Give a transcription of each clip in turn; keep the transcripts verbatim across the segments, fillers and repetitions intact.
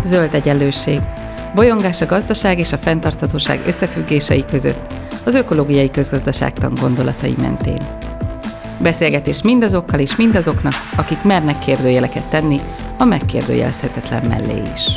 Zöld egyenlőség. Bolyongás a gazdaság és a fenntarthatóság összefüggései között, az ökológiai közgazdaságtan gondolatai mentén. Beszélgetés mindazokkal és mindazoknak, akik mernek kérdőjeleket tenni a megkérdőjelezhetetlen mellé is.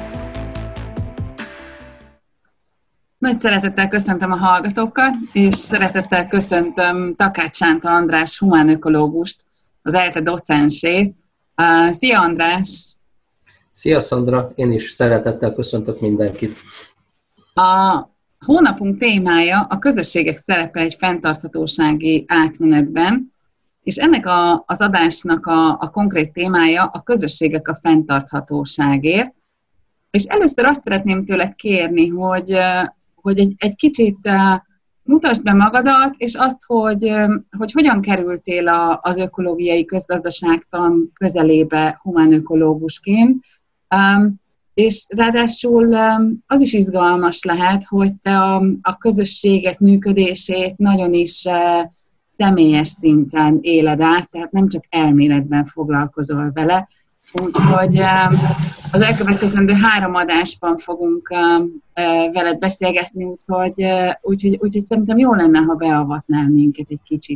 Nagy szeretettel köszöntöm a hallgatókat, és szeretettel köszöntöm Takács Sánta András humánökológust, az ELTE docensét. Szia András! Szia Szandra, én is szeretettel köszöntök mindenkit. A hónapunk témája a közösségek szerepe egy fenntarthatósági átmenetben, és ennek a, az adásnak a, a konkrét témája a közösségek a fenntarthatóságért. És először azt szeretném tőled kérni, hogy, hogy egy, egy kicsit mutasd be magadat, és azt, hogy, hogy hogyan kerültél a, az ökológiai közgazdaságtan közelébe humánökológusként. Um, és ráadásul um, az is izgalmas lehet, hogy te a, a közösségek működését nagyon is uh, személyes szinten éled át, tehát nem csak elméletben foglalkozol vele. Úgyhogy um, az elkövetkezendő három adásban fogunk um, uh, veled beszélgetni, úgyhogy, uh, úgyhogy, úgyhogy szerintem jó lenne, ha beavatnál minket egy kicsit.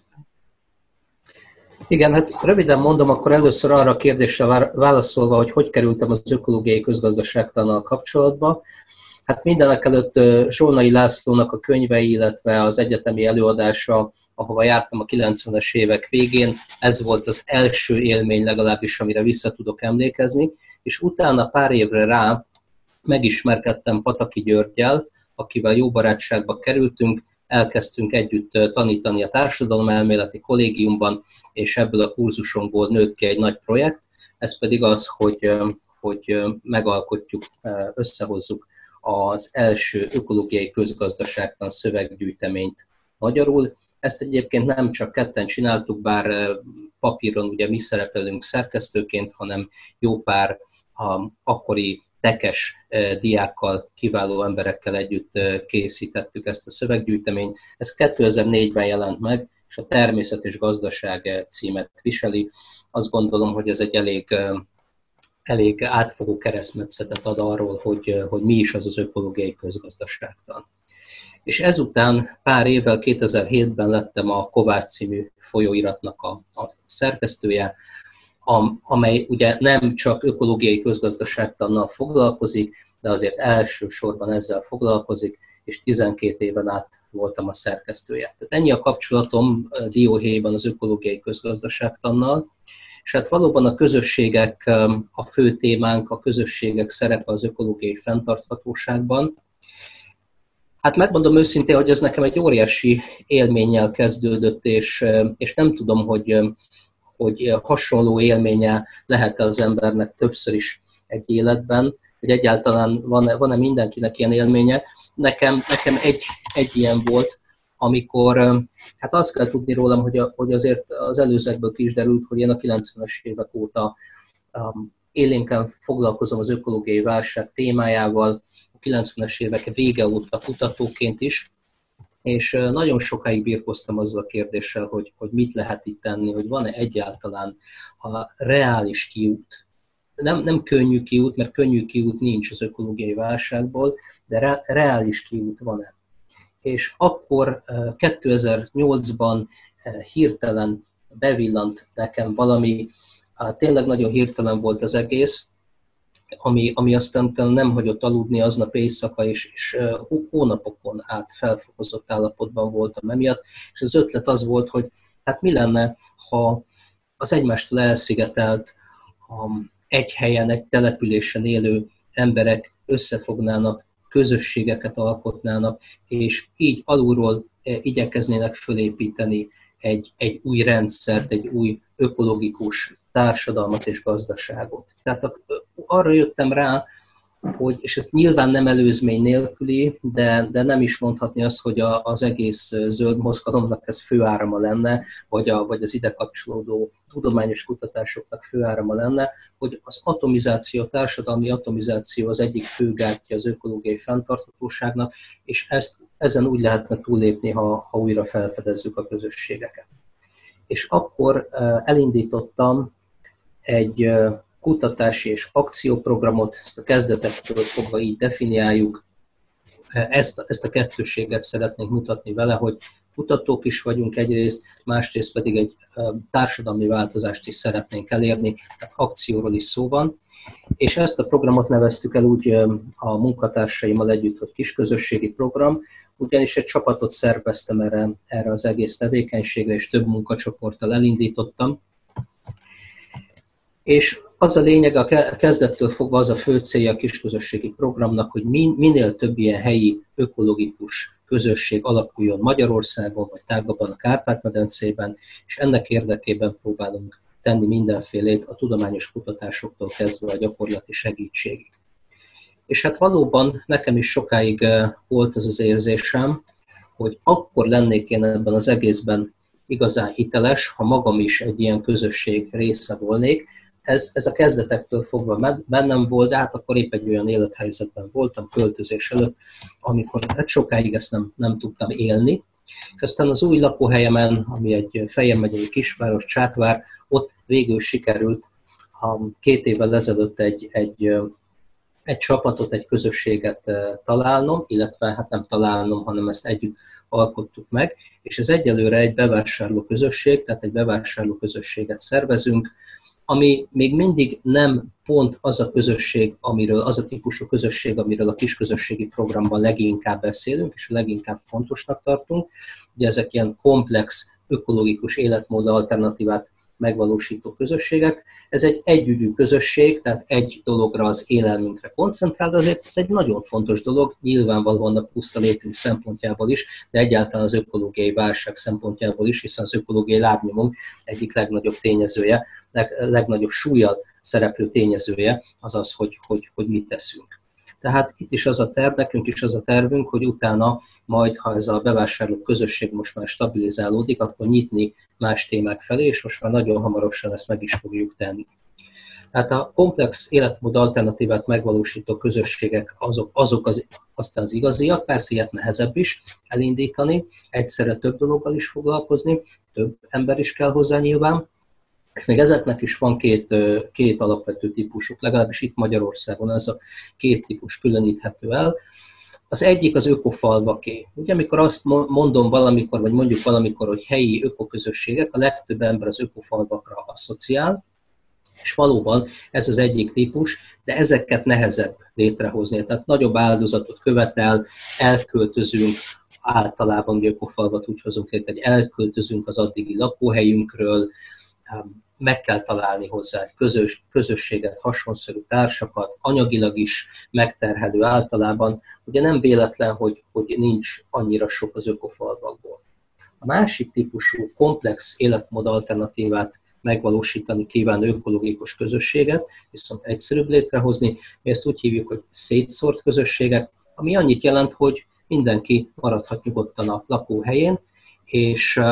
Igen, hát röviden mondom, akkor először arra a kérdésre válaszolva, hogy hogy kerültem az ökológiai közgazdaságtannal kapcsolatba. Hát mindenekelőtt Zsolnai Lászlónak a könyvei, illetve az egyetemi előadása, ahova jártam a kilencvenes évek végén, ez volt az első élmény legalábbis, amire vissza tudok emlékezni, és utána pár évre rá megismerkedtem Pataki Györggyel, akivel jó barátságba kerültünk, elkezdtünk együtt tanítani a társadalomelméleti kollégiumban, és ebből a kurzusomból nőtt ki egy nagy projekt, ez pedig az, hogy, hogy megalkotjuk, összehozzuk az első ökológiai közgazdaságtan szöveggyűjteményt magyarul. Ezt egyébként nem csak ketten csináltuk, bár papíron ugye mi szerepelünk szerkesztőként, hanem jó pár akkori tekes diákkal, kiváló emberekkel együtt készítettük ezt a szöveggyűjteményt. Ez kétezer-négyben jelent meg, és a Természet és Gazdaság címet viseli. Azt gondolom, hogy ez egy elég, elég átfogó keresztmetszetet ad arról, hogy, hogy mi is az az ökológiai közgazdaságtan. És ezután pár évvel, kétezer-hétben lettem a Kovács című folyóiratnak a, a szerkesztője, amely ugye nem csak ökológiai közgazdaságtannal foglalkozik, de azért elsősorban ezzel foglalkozik, és tizenkét éven át voltam a szerkesztője. Tehát ennyi a kapcsolatom dióhéjban az ökológiai közgazdaságtannal, és hát valóban a közösségek a fő témánk, a közösségek szerepe az ökológiai fenntarthatóságban. Hát megmondom őszintén, hogy ez nekem egy óriási élménnyel kezdődött, és, és nem tudom, hogy hogy hasonló élménye lehet-e az embernek többször is egy életben, hogy egyáltalán van-e, van-e mindenkinek ilyen élménye. Nekem, nekem egy, egy ilyen volt, amikor, hát azt kell tudni rólam, hogy, a, hogy azért az előzőekből ki is derült, hogy én a kilencvenes évek óta um, élénken foglalkozom az ökológiai válság témájával, a kilencvenes évek vége óta kutatóként is, és nagyon sokáig birkóztam azzal a kérdéssel, hogy, hogy mit lehet itt tenni, hogy van-e egyáltalán a reális kiút. Nem, nem könnyű kiút, mert könnyű kiút nincs az ökológiai válságból, de re, reális kiút van-e. És akkor kétezer-nyolcban hirtelen bevillant nekem valami, tényleg nagyon hirtelen volt az egész, Ami, ami aztán nem hagyott aludni aznap éjszaka, és, és hónapokon át felfokozott állapotban voltam emiatt, és az ötlet az volt, hogy hát mi lenne, ha az egymástól elszigetelt, egy helyen, egy településen élő emberek összefognának, közösségeket alkotnának, és így alulról igyekeznének fölépíteni egy, egy új rendszert, egy új ökológikus társadalmat és gazdaságot. Tehát arra jöttem rá, hogy, és ez nyilván nem előzmény nélküli, de, de nem is mondhatni azt, hogy a, az egész zöld mozgalomnak ez főárama lenne, vagy, a, vagy az ide kapcsolódó tudományos kutatásoknak főárama lenne, hogy az atomizáció, a társadalmi atomizáció az egyik főgátja az ökológiai fenntarthatóságnak, és ezt, ezen úgy lehetne túllépni, ha, ha újra felfedezzük a közösségeket. És akkor elindítottam egy kutatási és akcióprogramot, ezt a kezdetektől fogva így definiáljuk. Ezt, ezt a kettősséget szeretnénk mutatni vele, hogy kutatók is vagyunk egyrészt, másrészt pedig egy társadalmi változást is szeretnénk elérni, tehát akcióról is szó van. És ezt a programot neveztük el úgy a munkatársaimmal együtt, hogy kisközösségi program, ugyanis egy csapatot szerveztem erre, erre az egész tevékenységre, és több munkacsoporttal elindítottam. És az a lényeg, a kezdettől fogva az a fő célja a kisközösségi programnak, hogy minél több ilyen helyi ökológikus közösség alakuljon Magyarországon, vagy tágabban a Kárpát-medencében, és ennek érdekében próbálunk tenni mindenfélét a tudományos kutatásoktól kezdve a gyakorlati segítségig. És hát valóban nekem is sokáig volt az az érzésem, hogy akkor lennék én ebben az egészben igazán hiteles, ha magam is egy ilyen közösség része volnék. Ez, ez a kezdetektől fogva bennem volt, de hát akkor épp egy olyan élethelyzetben voltam költözés előtt, amikor hát sokáig ezt nem, nem tudtam élni. És aztán az új lakóhelyemen, ami egy Fejér megyei kisváros, Csákvár, ott végül sikerült két évvel ezelőtt egy, egy, egy csapatot, egy közösséget találnom, illetve hát nem találnom, hanem ezt együtt alkottuk meg, és ez egyelőre egy bevásárló közösség, tehát egy bevásárló közösséget szervezünk, ami még mindig nem pont az a közösség, amiről, az a típusú közösség, amiről a kisközösségi programban leginkább beszélünk, és leginkább fontosnak tartunk. Ugye ezek ilyen komplex, ökológikus életmód alternatívát megvalósító közösségek. Ez egy együgyű közösség, tehát egy dologra, az élelmünkre koncentrál, de azért ez egy nagyon fontos dolog, nyilvánvalóan a puszta létünk szempontjából is, de egyáltalán az ökológiai válság szempontjából is, hiszen az ökológiai lábnyomunk egyik legnagyobb tényezője, leg, legnagyobb súllyal szereplő tényezője az az, hogy, hogy, hogy mit teszünk. Tehát itt is az a terv, nekünk is az a tervünk, hogy utána majd, ha ez a bevásárló közösség most már stabilizálódik, akkor nyitni más témák felé, és most már nagyon hamarosan ezt meg is fogjuk tenni. Tehát a komplex életmód alternatívát megvalósító közösségek azok, azok az, aztán az igaziak, persze ilyet nehezebb is elindítani, egyszerre több dologgal is foglalkozni, több ember is kell hozzá nyilván, és még ezeknek is van két, két alapvető típusuk, legalábbis itt Magyarországon ez a két típus különíthető el. Az egyik az ökofalvaké. Ugye, amikor azt mondom valamikor, vagy mondjuk valamikor, hogy helyi ökoközösségek, a legtöbb ember az ökofalvakra asszociál, és valóban ez az egyik típus, de ezeket nehezebb létrehozni. Tehát nagyobb áldozatot követel, elköltözünk, általában ökofalvat úgy hozunk létre, hogy elköltözünk az addigi lakóhelyünkről, meg kell találni hozzá egy közös, közösséget, hasonszörű társakat, anyagilag is megterhelő általában. Ugye nem véletlen, hogy, hogy nincs annyira sok az ökofalvakból. A másik típusú komplex életmód alternatívát megvalósítani kívánó ökológikus közösséget, viszont egyszerűbb létrehozni, mi ezt úgy hívjuk, hogy szétszórt közösségek, ami annyit jelent, hogy mindenki maradhat nyugodtan a lakóhelyén, és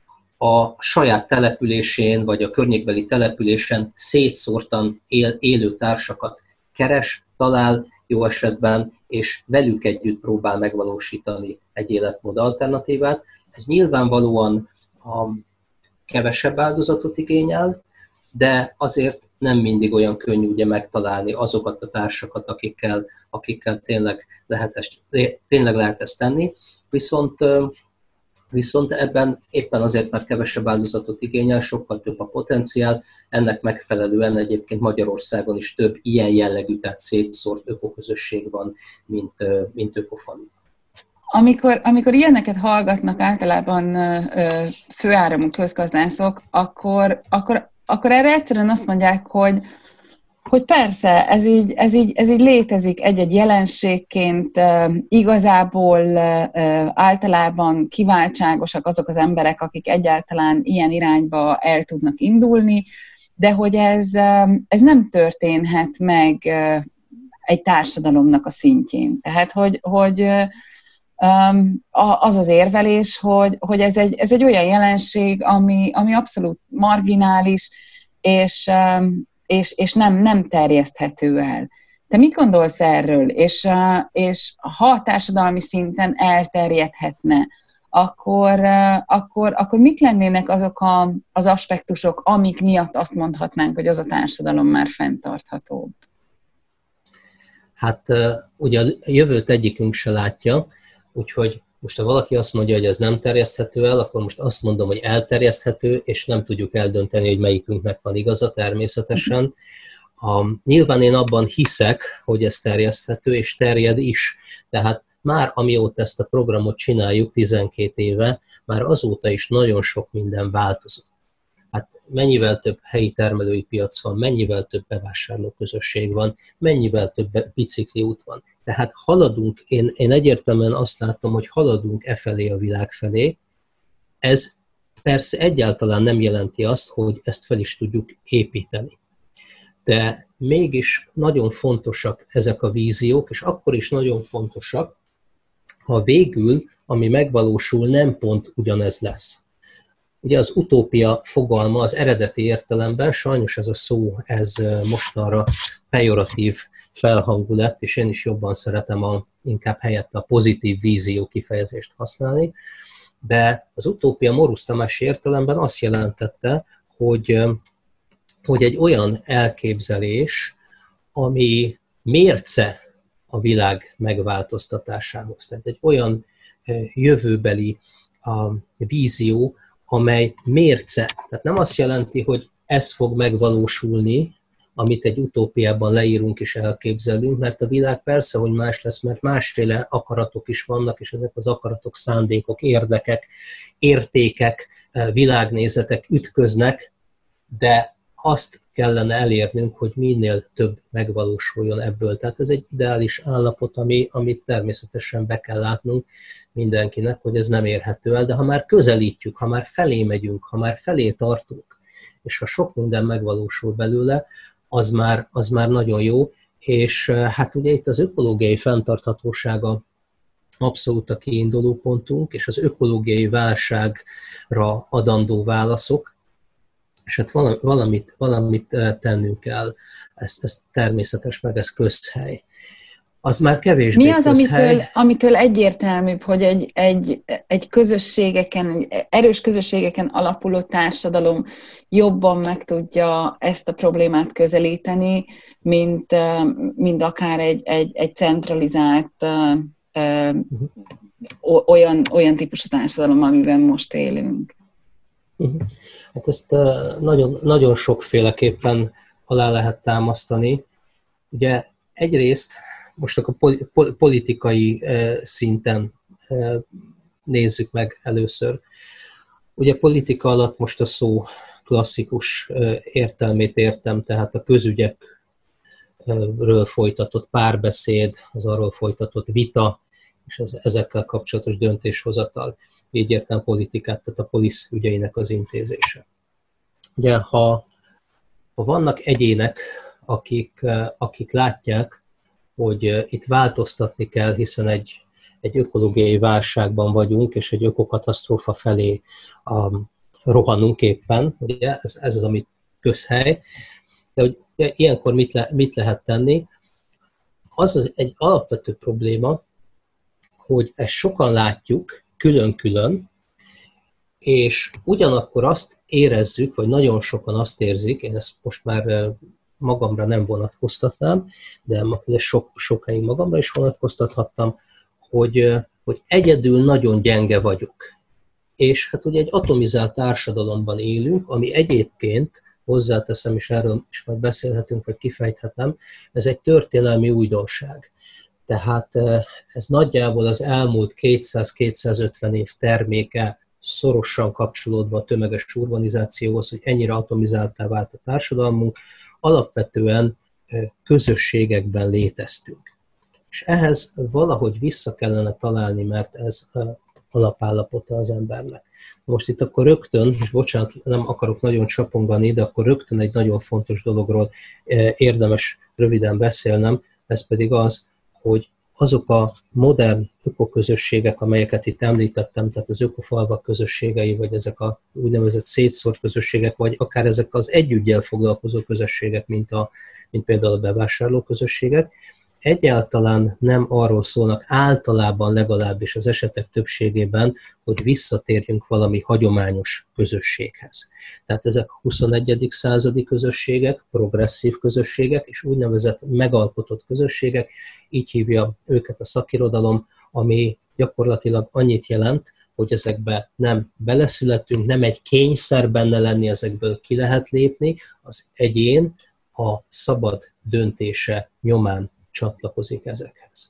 a saját településén, vagy a környékbeli településen szétszórtan él, élő társakat keres, talál jó esetben, és velük együtt próbál megvalósítani egy életmód alternatívát. Ez nyilvánvalóan a kevesebb áldozatot igényel, de azért nem mindig olyan könnyű ugye megtalálni azokat a társakat, akikkel, akikkel tényleg, lehet ezt, tényleg lehet ezt tenni. Viszont Viszont ebben éppen azért, mert kevesebb áldozatot igényel, sokkal több a potenciál, ennek megfelelően egyébként Magyarországon is több ilyen jellegű, tehát szétszórt ökoközösség van, mint, mint ökofalu. Amikor, amikor ilyeneket hallgatnak általában főáramú közgazdászok, akkor, akkor, akkor erre egyszerűen azt mondják, hogy hogy persze, ez így, ez, így, ez így létezik egy-egy jelenségként, igazából általában kiváltságosak azok az emberek, akik egyáltalán ilyen irányba el tudnak indulni, de hogy ez, ez nem történhet meg egy társadalomnak a szintjén. Tehát, hogy, hogy az az érvelés, hogy, hogy ez, egy, ez egy olyan jelenség, ami, ami abszolút marginális, és és, és nem, nem terjeszthető el. Te mit gondolsz erről? És, és ha társadalmi szinten elterjedhetne, akkor, akkor, akkor mik lennének azok a, az aspektusok, amik miatt azt mondhatnánk, hogy az a társadalom már fenntarthatóbb? Hát ugye a jövőt egyikünk se látja, úgyhogy most ha valaki azt mondja, hogy ez nem terjeszthető el, akkor most azt mondom, hogy elterjeszthető, és nem tudjuk eldönteni, hogy melyikünknek van igaza természetesen. A, nyilván én abban hiszek, hogy ez terjeszthető, és terjed is. Tehát már amióta ezt a programot csináljuk, tizenkét éve, már azóta is nagyon sok minden változott. Hát mennyivel több helyi termelői piac van, mennyivel több bevásárlóközösség van, mennyivel több bicikliút van. Tehát haladunk, én, én egyértelműen azt látom, hogy haladunk e felé a világ felé. Ez persze egyáltalán nem jelenti azt, hogy ezt fel is tudjuk építeni. De mégis nagyon fontosak ezek a víziók, és akkor is nagyon fontosak, ha végül, ami megvalósul, nem pont ugyanez lesz. Ugye az utópia fogalma az eredeti értelemben, sajnos ez a szó, ez mostanra pejoratív felhangú lett, és én is jobban szeretem a, inkább helyette a pozitív vízió kifejezést használni, de az utópia Morus Tamási értelemben azt jelentette, hogy, hogy egy olyan elképzelés, ami mérce a világ megváltoztatásához. Tehát egy olyan jövőbeli a vízió, amely mérce. Tehát nem azt jelenti, hogy ez fog megvalósulni, amit egy utópiában leírunk és elképzelünk, mert a világ persze, hogy más lesz, mert másféle akaratok is vannak, és ezek az akaratok, szándékok, érdekek, értékek, világnézetek ütköznek, de azt kellene elérnünk, hogy minél több megvalósuljon ebből. Tehát ez egy ideális állapot, ami, amit természetesen be kell látnunk mindenkinek, hogy ez nem érhető el, de ha már közelítjük, ha már felé megyünk, ha már felé tartunk, és ha sok minden megvalósul belőle, az már, az már nagyon jó, és hát ugye itt az ökológiai fenntarthatósága abszolút a kiinduló pontunk, és az ökológiai válságra adandó válaszok, és hát valamit, valamit tennünk kell, ez, ez természetes, meg ez közhely. Az már kevésbé Mi az, közhely. amitől, amitől egyértelműbb, hogy egy, egy, egy közösségeken, egy erős közösségeken alapuló társadalom jobban meg tudja ezt a problémát közelíteni, mint, mint akár egy, egy, egy centralizált uh-huh. olyan, olyan típusú társadalom, amiben most élünk? Uh-huh. Hát ezt nagyon, nagyon sokféleképpen alá lehet támasztani. Ugye egyrészt most akkor politikai szinten nézzük meg először. Ugye politika alatt most a szó klasszikus értelmét értem, tehát a közügyekről folytatott párbeszéd, az arról folytatott vita, és az ezekkel kapcsolatos döntéshozatal, így értem politikát, tehát a polisz ügyeinek az intézése. Ugye, ha, ha vannak egyének, akik, akik látják, hogy itt változtatni kell, hiszen egy, egy ökológiai válságban vagyunk, és egy ökokatasztrófa felé a, rohanunk éppen, ugye, ez, ez az, amit közhely, de hogy ugye, ilyenkor mit, le, mit lehet tenni? Az, az egy alapvető probléma, hogy ezt sokan látjuk külön-külön, és ugyanakkor azt érezzük, vagy nagyon sokan azt érzik, én ezt most már magamra nem vonatkoztatnám, de sok, sokáig magamra is vonatkoztathattam, hogy, hogy egyedül nagyon gyenge vagyok. És hát ugye egy atomizált társadalomban élünk, ami egyébként, hozzáteszem, és erről is majd beszélhetünk, vagy kifejthetem, ez egy történelmi újdonság. Tehát ez nagyjából az elmúlt kétszáz-kétszázötven év terméke, szorosan kapcsolódva a tömeges urbanizációhoz, hogy ennyire atomizáltá vált a társadalmunk, alapvetően közösségekben léteztünk. És ehhez valahogy vissza kellene találni, mert ez alapállapota az embernek. Most itt akkor rögtön, és bocsánat, nem akarok nagyon csapongani, de akkor rögtön egy nagyon fontos dologról érdemes röviden beszélnem, ez pedig az, hogy azok a modern ökoközösségek, amelyeket itt említettem, tehát az ökofalvak közösségei, vagy ezek a úgynevezett szétszórt közösségek, vagy akár ezek az együttyel foglalkozó közösségek, mint, a, mint például a bevásárló közösségek, egyáltalán nem arról szólnak, általában legalábbis az esetek többségében, hogy visszatérjünk valami hagyományos közösséghez. Tehát ezek huszonegyedik századi közösségek, progresszív közösségek és úgynevezett megalkotott közösségek, így hívja őket a szakirodalom, ami gyakorlatilag annyit jelent, hogy ezekbe nem beleszületünk, nem egy kényszer benne lenni, ezekből ki lehet lépni, az egyén a szabad döntése nyomán csatlakozik ezekhez.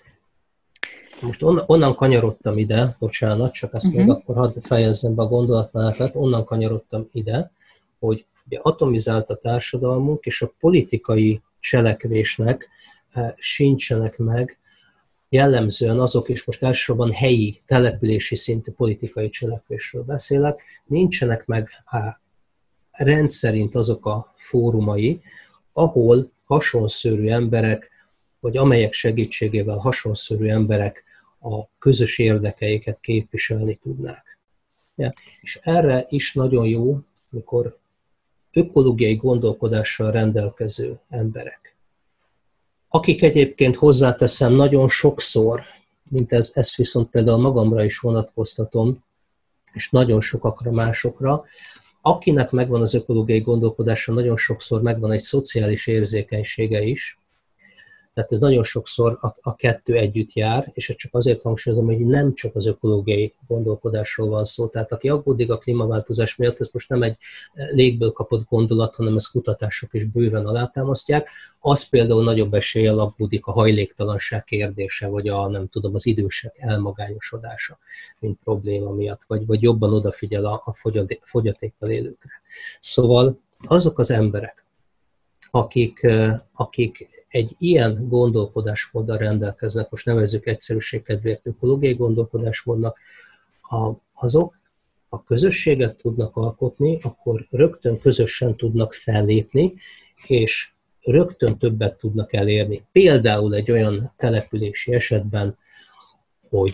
Most on, onnan kanyarodtam ide, bocsánat, csak ezt uh-huh. még akkor hadd fejezzem be a gondolatmenetet, onnan kanyarodtam ide, hogy ugye atomizált a társadalmunk, és a politikai cselekvésnek eh, sincsenek meg jellemzően azok, és most elsősorban helyi, települési szintű politikai cselekvésről beszélek, nincsenek meg hát, rendszerint azok a fórumai, ahol hasonszörű emberek, vagy amelyek segítségével hasonszörű emberek a közös érdekeiket képviselni tudnák. Ja. És erre is nagyon jó, amikor ökológiai gondolkodással rendelkező emberek, akik egyébként hozzáteszem nagyon sokszor, mint ez, ezt viszont például magamra is vonatkoztatom, és nagyon sokakra másokra, akinek megvan az ökológiai gondolkodása, nagyon sokszor megvan egy szociális érzékenysége is, tehát ez nagyon sokszor a, a kettő együtt jár, és csak azért hangsúlyozom, hogy nem csak az ökológiai gondolkodásról van szó. Tehát aki aggódik a klímaváltozás miatt, ez most nem egy légből kapott gondolat, hanem ezt kutatások is bőven alátámasztják, az például nagyobb eséllyel aggódik a hajléktalanság kérdése, vagy a, nem tudom, az idősek elmagányosodása, mint probléma miatt, vagy, vagy jobban odafigyel a, a fogyatékkal élőkre. Szóval azok az emberek, akik, akik egy ilyen gondolkodásmóddal rendelkeznek, most nevezzük egyszerűség kedvéért ökológiai gondolkodásmódnak, azok a közösséget tudnak alkotni, akkor rögtön közösen tudnak fellépni, és rögtön többet tudnak elérni. Például egy olyan települési esetben, hogy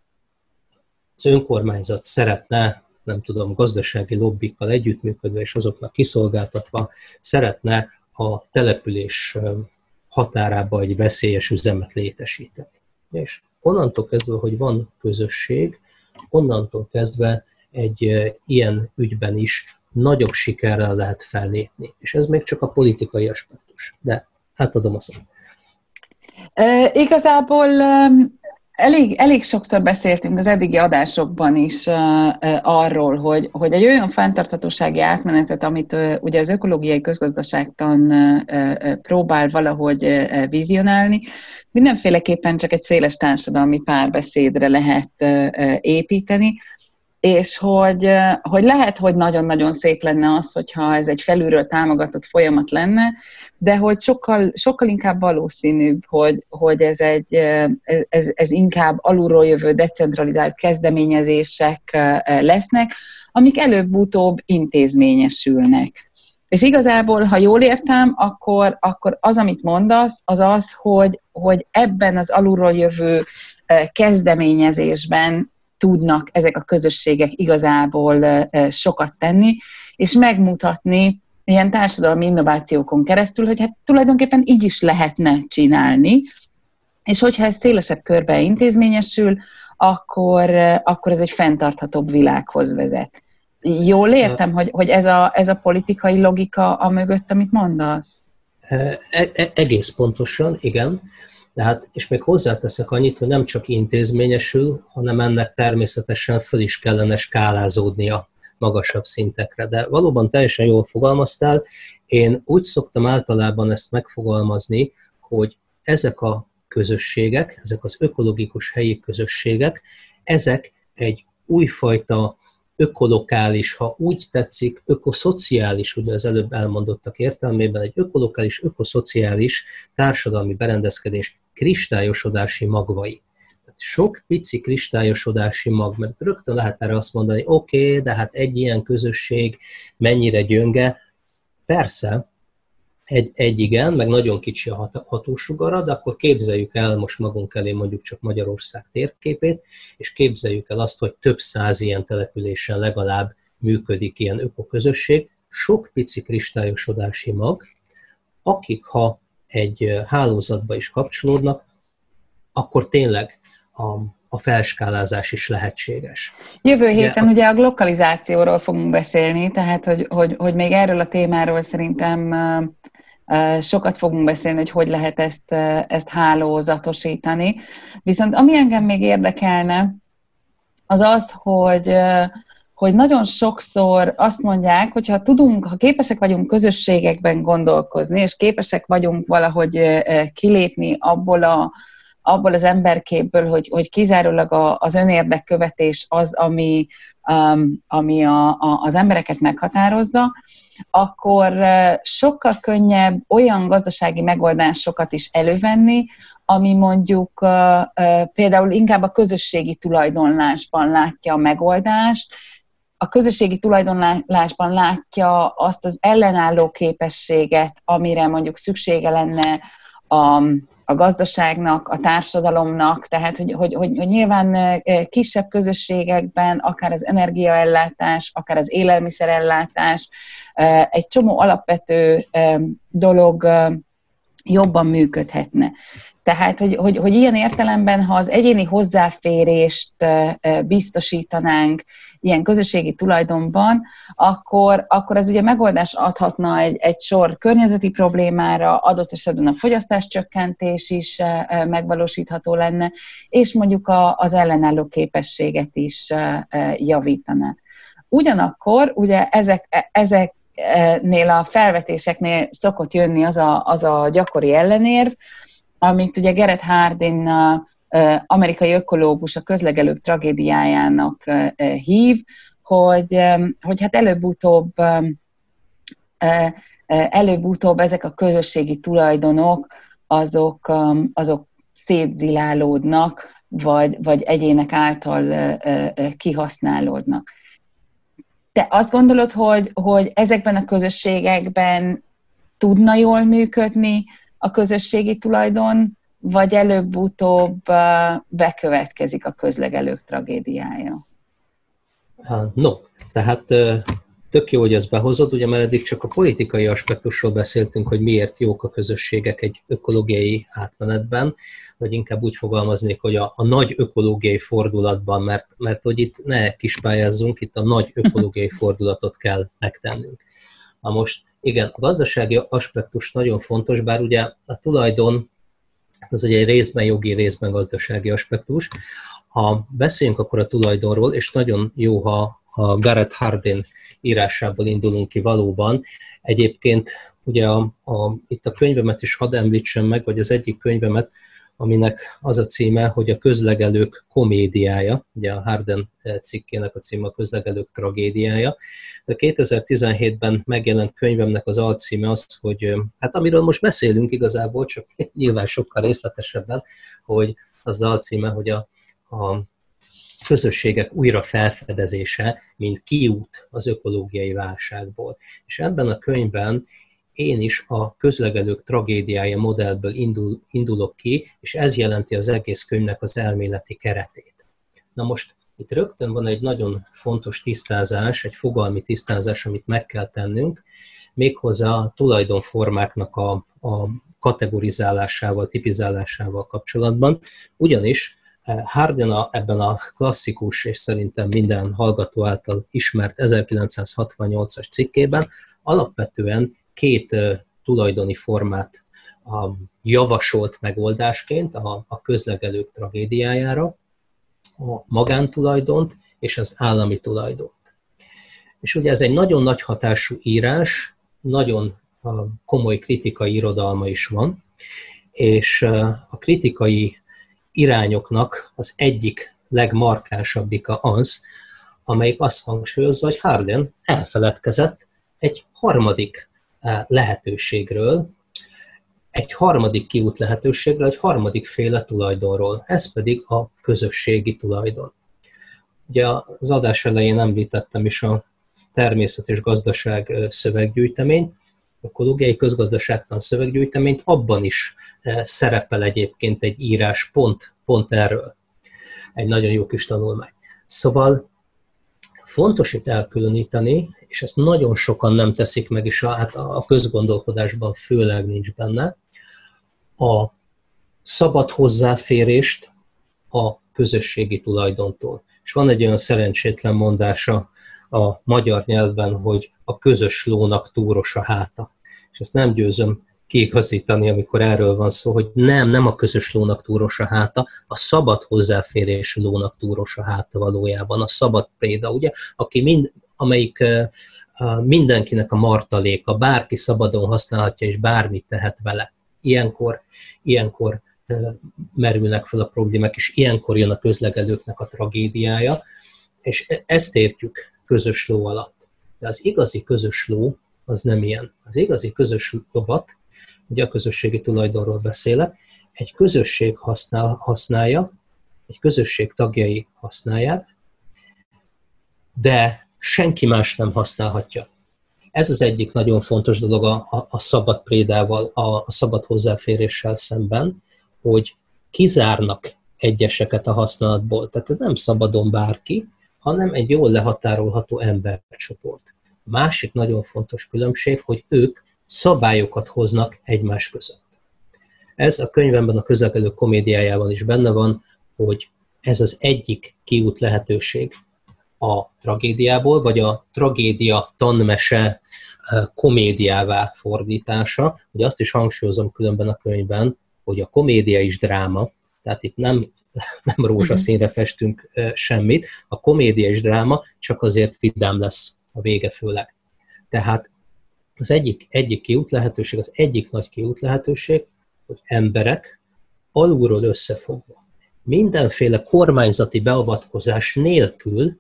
az önkormányzat szeretne, nem tudom, gazdasági lobbikkal együttműködve, és azoknak kiszolgáltatva szeretne a település határába egy veszélyes üzemet létesíteni. És onnantól kezdve, hogy van közösség, onnantól kezdve egy ilyen ügyben is nagyobb sikerrel lehet fellépni. És ez még csak a politikai aspektus. De átadom a szót. E, igazából elég, elég sokszor beszéltünk az eddigi adásokban is uh, arról, hogy, hogy egy olyan fenntarthatósági átmenetet, amit uh, ugye az ökológiai közgazdaságtan uh, uh, próbál valahogy uh, vizionálni, mindenféleképpen csak egy széles társadalmi párbeszédre lehet uh, uh, építeni, és hogy, hogy lehet, hogy nagyon-nagyon szép lenne az, hogyha ez egy felülről támogatott folyamat lenne, de hogy sokkal, sokkal inkább valószínűbb, hogy, hogy ez, egy, ez, ez inkább alulról jövő decentralizált kezdeményezések lesznek, amik előbb-utóbb intézményesülnek. És igazából, ha jól értem, akkor, akkor az, amit mondasz, az az, hogy, hogy ebben az alulról jövő kezdeményezésben tudnak ezek a közösségek igazából sokat tenni, és megmutatni ilyen társadalmi innovációkon keresztül, hogy hát tulajdonképpen így is lehetne csinálni, és hogyha ez szélesebb körbe intézményesül, akkor, akkor ez egy fenntarthatóbb világhoz vezet. Jól értem, hogy, hogy ez, a, ez a politikai logika a mögött, amit mondasz? E- e- egész pontosan, igen. Tehát, és még hozzáteszek annyit, hogy nem csak intézményesül, hanem ennek természetesen föl is kellene skálázódnia magasabb szintekre. De valóban teljesen jól fogalmaztál. Én úgy szoktam általában ezt megfogalmazni, hogy ezek a közösségek, ezek az ökológikus helyi közösségek, ezek egy újfajta ökolokális, ha úgy tetszik, ökoszociális, ugye az előbb elmondottak értelmében, egy ökolokális, ökoszociális társadalmi berendezkedés kristályosodási magvai. Tehát sok pici kristályosodási mag, mert rögtön lehet erre azt mondani, oké, okay, de hát egy ilyen közösség mennyire gyönge. Persze, egy, egy igen, meg nagyon kicsi a hatósugara, de akkor képzeljük el most magunk elé mondjuk csak Magyarország térképét, és képzeljük el azt, hogy több száz ilyen településen legalább működik ilyen ökoközösség, sok pici kristályosodási mag, akik ha egy hálózatba is kapcsolódnak, akkor tényleg a, a felskálázás is lehetséges. Jövő héten ugye a, ugye a lokalizációról fogunk beszélni, tehát hogy, hogy, hogy még erről a témáról szerintem sokat fogunk beszélni, hogy hogy lehet ezt, ezt hálózatosítani. Viszont ami engem még érdekelne, az az, hogy, hogy nagyon sokszor azt mondják, hogy ha tudunk, ha képesek vagyunk közösségekben gondolkozni, és képesek vagyunk valahogy kilépni abból, a, abból az emberképből, hogy, hogy kizárólag a, az önérdekkövetés az, ami, um, ami a, a, az embereket meghatározza, akkor sokkal könnyebb olyan gazdasági megoldásokat is elővenni, ami mondjuk uh, uh, például inkább a közösségi tulajdonlásban látja a megoldást, a közösségi tulajdonlásban látja azt az ellenálló képességet, amire mondjuk szüksége lenne a, a gazdaságnak, a társadalomnak, tehát hogy, hogy, hogy, hogy nyilván kisebb közösségekben akár az energiaellátás, akár az élelmiszerellátás, egy csomó alapvető dolog jobban működhetne. Tehát, hogy, hogy, hogy ilyen értelemben, ha az egyéni hozzáférést biztosítanánk ilyen közösségi tulajdonban, akkor, akkor ez ugye megoldást adhatna egy, egy sor környezeti problémára, adott esetben a fogyasztáscsökkentés is megvalósítható lenne, és mondjuk a, az ellenálló képességet is javítaná. Ugyanakkor ugye ezek, ezeknél a felvetéseknél szokott jönni az a, az a gyakori ellenérv, amit ugye Garrett Hardin, amerikai ökológus, a közlegelők tragédiájának hív, hogy, hogy hát előbb-utóbb, előbb-utóbb ezek a közösségi tulajdonok, azok, azok szétzilálódnak, vagy, vagy egyének által kihasználódnak. Te azt gondolod, hogy, hogy ezekben a közösségekben tudna jól működni a közösségi tulajdon, vagy előbb-utóbb bekövetkezik a közlegelők tragédiája? No, tehát tök jó, hogy ezt behozod, ugye, mert eddig csak a politikai aspektusról beszéltünk, hogy miért jók a közösségek egy ökológiai átmenetben, vagy inkább úgy fogalmaznék, hogy a, a nagy ökológiai fordulatban, mert, mert hogy itt ne kispályázzunk, itt a nagy ökológiai fordulatot kell megtennünk. Na most, igen, a gazdasági aspektus nagyon fontos, bár ugye a tulajdon, az ugye egy részben jogi, részben gazdasági aspektus. Ha beszéljünk akkor a tulajdonról, és nagyon jó, ha a Garrett Hardin írásából indulunk ki valóban. Egyébként ugye a, a, itt a könyvemet is hadd említsem meg, vagy az egyik könyvemet, aminek az a címe, hogy a közlegelők komédiája, ugye a Hardin cikkének a címe a közlegelők tragédiája. De kétezer-tizenhétben megjelent könyvemnek az alcíme az, hogy hát amiről most beszélünk igazából, csak nyilván sokkal részletesebben, hogy az alcíme, hogy a, a közösségek újra felfedezése, mint kiút az ökológiai válságból. És ebben a könyvben én is a közlegelők tragédiája modellből indul, indulok ki, és ez jelenti az egész könyvnek az elméleti keretét. Na most itt rögtön van egy nagyon fontos tisztázás, egy fogalmi tisztázás, amit meg kell tennünk, méghozzá a tulajdonformáknak a, a kategorizálásával, tipizálásával kapcsolatban, ugyanis Hardin a, ebben a klasszikus és szerintem minden hallgató által ismert ezerkilencszázhatvannyolcas cikkében alapvetően két uh, tulajdoni formát um, javasolt megoldásként a, a közlegelők tragédiájára, a magántulajdont és az állami tulajdont. És ugye ez egy nagyon nagy hatású írás, nagyon uh, komoly kritikai irodalma is van, és uh, a kritikai irányoknak az egyik legmarkánsabbika az, amelyik azt hangsúlyozza, hogy Hardin elfeledkezett egy harmadik lehetőségről, egy harmadik kiút lehetőségről, egy harmadik féle tulajdonról, ez pedig a közösségi tulajdon. Ugye az adás elején említettem is a természet és gazdaság szöveggyűjteményt, ökológiai közgazdaságtan szöveggyűjteményt, abban is szerepel egyébként egy írás pont, pont erről. Egy nagyon jó kis tanulmány. Szóval fontos itt elkülöníteni, és ezt nagyon sokan nem teszik meg, és a, hát a közgondolkodásban főleg nincs benne, a szabad hozzáférést a közösségi tulajdontól. És van egy olyan szerencsétlen mondása a magyar nyelvben, hogy a közös lónak túros a háta. És ezt nem győzöm kiigazítani, amikor erről van szó, hogy nem, nem a közös lónak túros a háta, a szabad hozzáférésű lónak túros a háta valójában, a szabad préda, ugye, aki mind, amelyik uh, mindenkinek a martaléka, bárki szabadon használhatja, és bármit tehet vele. Ilyenkor, ilyenkor uh, merülnek fel a problémák, és ilyenkor jön a közlegelőknek a tragédiája, és ezt értjük közös ló alatt. De az igazi közös ló az nem ilyen. Az igazi közös lovat, ugye a közösségi tulajdonról beszélek, egy közösség használ, használja, egy közösség tagjai használják, de senki más nem használhatja. Ez az egyik nagyon fontos dolog a, a, a szabad prédával, a, a szabad hozzáféréssel szemben, hogy kizárnak egyeseket a használatból. Tehát ez nem szabadon bárki, hanem egy jól lehatárolható embercsoport. A másik nagyon fontos különbség, hogy ők szabályokat hoznak egymás között. Ez a könyvemben, a Közlekedők komédiájában is benne van, hogy ez az egyik kiút lehetőség a tragédiából, vagy a tragédia tanmese komédiává fordítása. Ugye azt is hangsúlyozom különben a könyvben, hogy a komédia is dráma, tehát itt nem, nem rózsaszínre festünk semmit, a komédia is dráma, csak azért vidám lesz a vége főleg. Tehát az egyik, egyik kiút lehetőség, az egyik nagy kiút lehetőség, hogy emberek alulról összefogva, mindenféle kormányzati beavatkozás nélkül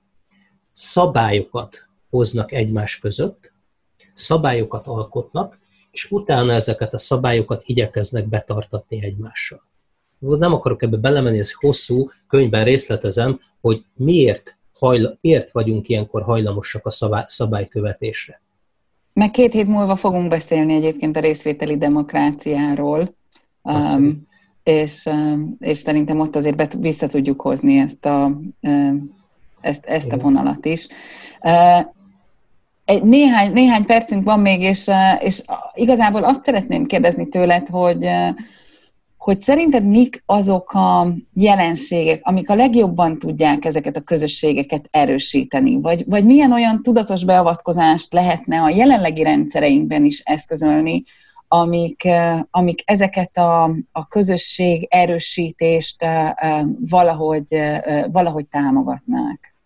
szabályokat hoznak egymás között, szabályokat alkotnak, és utána ezeket a szabályokat igyekeznek betartatni egymással. Nem akarok ebbe belemenni, ez hosszú, könyvben részletezem, hogy miért, hajla, miért vagyunk ilyenkor hajlamosak a szabály, szabálykövetésre. Meg két hét múlva fogunk beszélni egyébként a részvételi demokráciáról, um, és, um, és szerintem ott azért bet, vissza tudjuk hozni ezt a, um, ezt, ezt a vonalat is. Uh, egy néhány, néhány percünk van még, és, uh, és igazából azt szeretném kérdezni tőled, hogy uh, hogy szerinted mik azok a jelenségek, amik a legjobban tudják ezeket a közösségeket erősíteni? Vagy, vagy milyen olyan tudatos beavatkozást lehetne a jelenlegi rendszereinkben is eszközölni, amik, amik ezeket a, a közösség erősítést valahogy, valahogy támogatnák?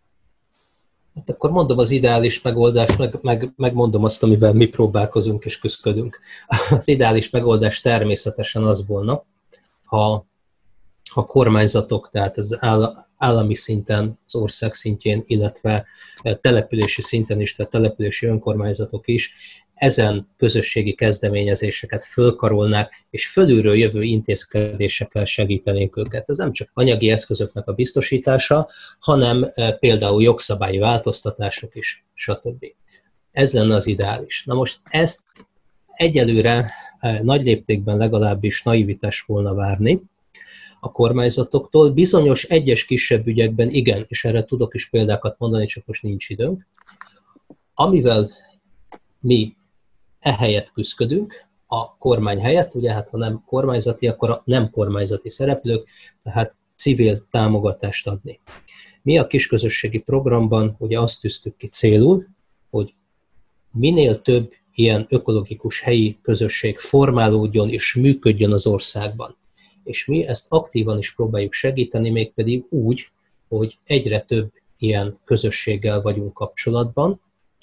Hát akkor mondom az ideális megoldást, meg, meg, megmondom azt, amivel mi próbálkozunk és küzdködünk. Az ideális megoldás természetesen az volna, ha a kormányzatok, tehát az állami szinten, az ország szintjén, illetve települési szinten is, tehát települési önkormányzatok is ezen közösségi kezdeményezéseket fölkarolnák, és fölülről jövő intézkedésekkel segítenénk őket. Ez nem csak anyagi eszközöknek a biztosítása, hanem például jogszabályi változtatások is, stb. Ez lenne az ideális. Na most ezt egyelőre nagy léptékben legalábbis naivitás volna várni a kormányzatoktól. Bizonyos egyes kisebb ügyekben igen, és erre tudok is példákat mondani, csak most nincs időnk. Amivel mi ehelyett küzdködünk, a kormány helyett, ugye hát ha nem kormányzati, akkor a nem kormányzati szereplők, tehát civil támogatást adni. Mi a kisközösségi programban ugye azt tűztük ki célul, hogy minél több ilyen ökológikus helyi közösség formálódjon és működjön az országban. És mi ezt aktívan is próbáljuk segíteni, mégpedig úgy, hogy egyre több ilyen közösséggel vagyunk kapcsolatban,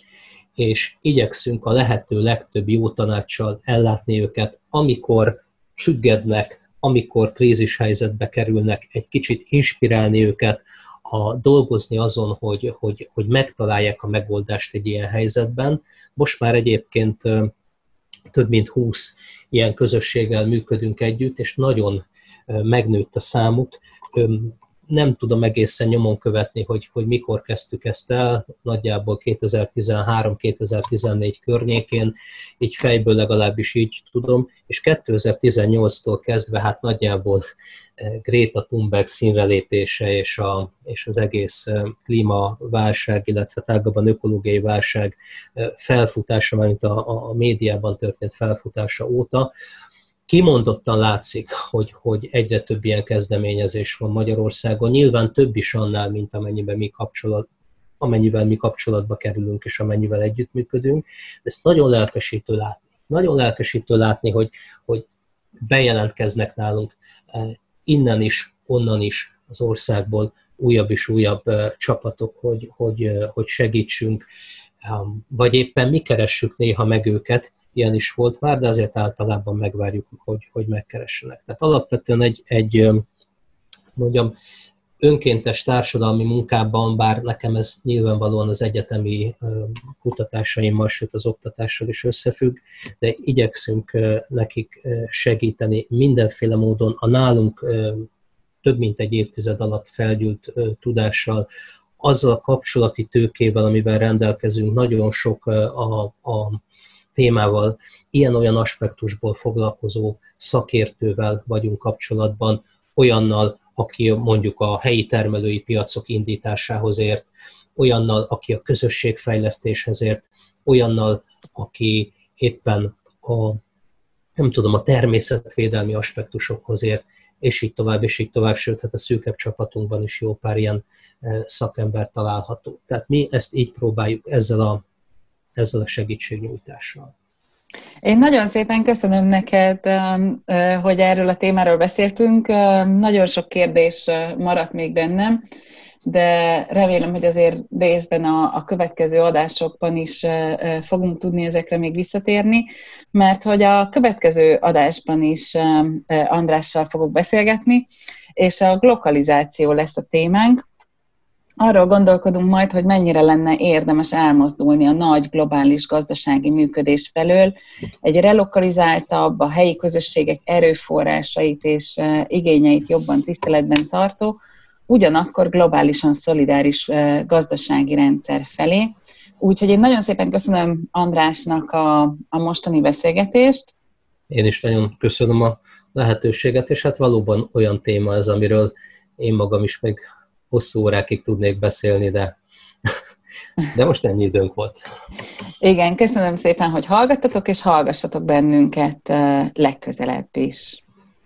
és igyekszünk a lehető legtöbb jó tanácssal ellátni őket, amikor csüggednek, amikor krízishelyzetbe kerülnek, egy kicsit inspirálni őket, a dolgozni azon, hogy, hogy, hogy megtalálják a megoldást egy ilyen helyzetben. Most már egyébként több mint húsz ilyen közösséggel működünk együtt, és nagyon megnőtt a számuk. Nem tudom egészen nyomon követni, hogy, hogy mikor kezdtük ezt el, nagyjából kétezer-tizenhárom kétezer-tizennégy környékén, így fejből legalábbis így tudom, és kétezer-tizennyolctól kezdve hát nagyjából Greta Thunberg színrelépése és, a, és az egész klímaválság, illetve tágabban ökológiai válság felfutása, mármint a, a médiában történt felfutása óta, kimondottan látszik, hogy, hogy egyre több ilyen kezdeményezés van Magyarországon. Nyilván több is annál, mint amennyiben mi kapcsolat, amennyivel mi kapcsolatba kerülünk, és amennyivel együttműködünk. De ezt nagyon lelkesítő látni. Nagyon lelkesítő látni, hogy, hogy bejelentkeznek nálunk innen is, onnan is az országból újabb és újabb csapatok, hogy, hogy, hogy segítsünk, vagy éppen mi keressük néha meg őket, ilyen is volt már, de azért általában megvárjuk, hogy, hogy megkeressenek. Tehát alapvetően egy, egy mondjam, önkéntes társadalmi munkában, bár nekem ez nyilvánvalóan az egyetemi kutatásaimmal, sőt az oktatással is összefügg, de igyekszünk nekik segíteni mindenféle módon a nálunk több mint egy évtized alatt felgyűlt tudással, azzal a kapcsolati tőkével, amivel rendelkezünk, nagyon sok a, a témával, ilyen-olyan aspektusból foglalkozó szakértővel vagyunk kapcsolatban, olyannal, aki mondjuk a helyi termelői piacok indításához ért, olyannal, aki a közösségfejlesztéshez ért, olyannal, aki éppen a, nem tudom, a természetvédelmi aspektusokhoz ért, és így tovább, és így tovább, sőt, hát a szűkebb csapatunkban is jó pár ilyen szakember található. Tehát mi ezt így próbáljuk ezzel a, ezzel a segítségnyújtással. Én nagyon szépen köszönöm neked, hogy erről a témáról beszéltünk. Nagyon sok kérdés maradt még bennem, de remélem, hogy azért részben a, a következő adásokban is fogunk tudni ezekre még visszatérni, mert hogy a következő adásban is Andrással fogok beszélgetni, és a glokalizáció lesz a témánk. Arról gondolkodunk majd, hogy mennyire lenne érdemes elmozdulni a nagy globális gazdasági működés felől, egy relokalizáltabb, a helyi közösségek erőforrásait és igényeit jobban tiszteletben tartó, ugyanakkor globálisan szolidáris gazdasági rendszer felé. Úgyhogy én nagyon szépen köszönöm Andrásnak a, a mostani beszélgetést. Én is nagyon köszönöm a lehetőséget, és hát valóban olyan téma ez, amiről én magam is még hosszú órákig tudnék beszélni, de, de most ennyi időnk volt. Igen, köszönöm szépen, hogy hallgattatok, és hallgassatok bennünket legközelebb is.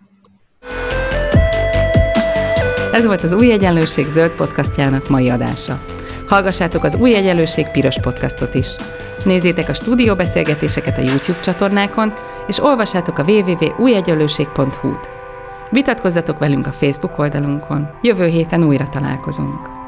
Ez volt az Új Egyenlőség zöld podcastjának mai adása. Hallgassátok az Új Egyenlőség piros podcastot is. Nézzétek a stúdióbeszélgetéseket a YouTube csatornákon, és olvassátok a double-u double-u double-u pont új egyenlőség pont hu-t. Vitatkozzatok velünk a Facebook oldalunkon. Jövő héten újra találkozunk.